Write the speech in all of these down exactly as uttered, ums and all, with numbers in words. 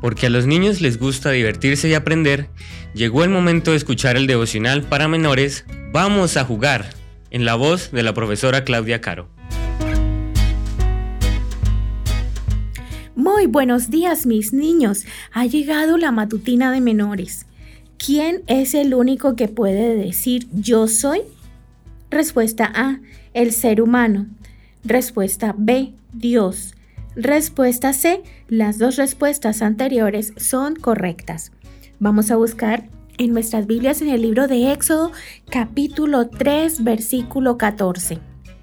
Porque a los niños les gusta divertirse y aprender, llegó el momento de escuchar el devocional para menores Vamos a jugar, en la voz de la profesora Claudia Caro. Muy buenos días, mis niños. Ha llegado la matutina de menores. ¿Quién es el único que puede decir yo soy? Respuesta A, el ser humano. Respuesta B, Dios. Respuesta C, las dos respuestas anteriores son correctas. Vamos a buscar en nuestras Biblias en el libro de Éxodo, capítulo tres, versículo catorce.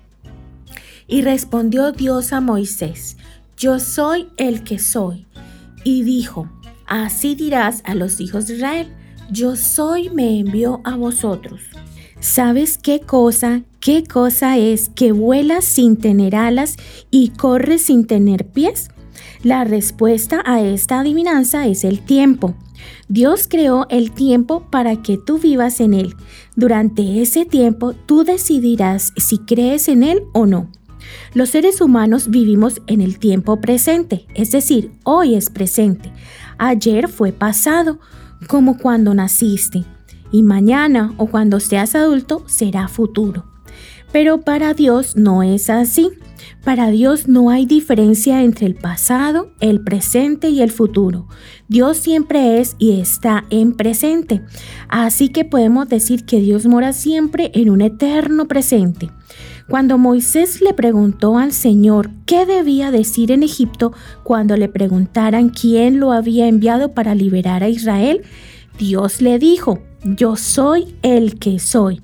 Y respondió Dios a Moisés, yo soy el que soy. Y dijo, así dirás a los hijos de Israel, yo soy me envió a vosotros. ¿Sabes qué cosa, qué cosa es que vuela sin tener alas y corre sin tener pies? La respuesta a esta adivinanza es el tiempo. Dios creó el tiempo para que tú vivas en él. Durante ese tiempo tú decidirás si crees en él o no. Los seres humanos vivimos en el tiempo presente, es decir, hoy es presente. Ayer fue pasado, como cuando naciste. Y mañana o cuando seas adulto será futuro. Pero para Dios no es así. Para Dios no hay diferencia entre el pasado, el presente y el futuro. Dios siempre es y está en presente. Así que podemos decir que Dios mora siempre en un eterno presente. Cuando Moisés le preguntó al Señor qué debía decir en Egipto cuando le preguntaran quién lo había enviado para liberar a Israel, Dios le dijo, yo soy el que soy.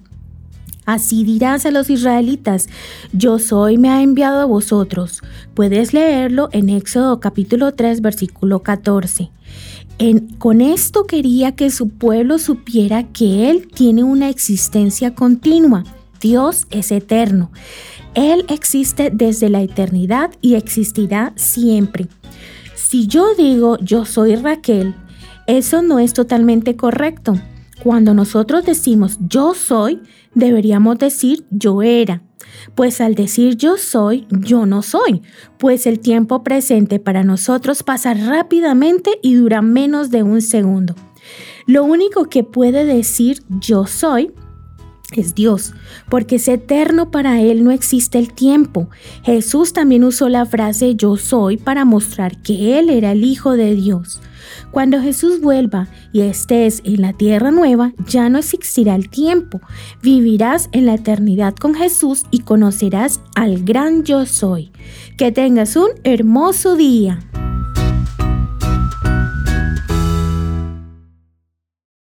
Así dirás a los israelitas, yo soy me ha enviado a vosotros. Puedes leerlo en Éxodo capítulo tres, versículo catorce. En, con esto quería que su pueblo supiera que Él tiene una existencia continua. Dios es eterno. Él existe desde la eternidad y existirá siempre. Si yo digo yo soy Raquel, eso no es totalmente correcto. Cuando nosotros decimos yo soy, deberíamos decir yo era. Pues al decir yo soy, yo no soy. Pues el tiempo presente para nosotros pasa rápidamente y dura menos de un segundo. Lo único que puede decir yo soy es Dios, porque es eterno, para Él no existe el tiempo. Jesús también usó la frase yo soy para mostrar que Él era el Hijo de Dios. Cuando Jesús vuelva y estés en la tierra nueva, ya no existirá el tiempo. Vivirás en la eternidad con Jesús y conocerás al gran yo soy. Que tengas un hermoso día.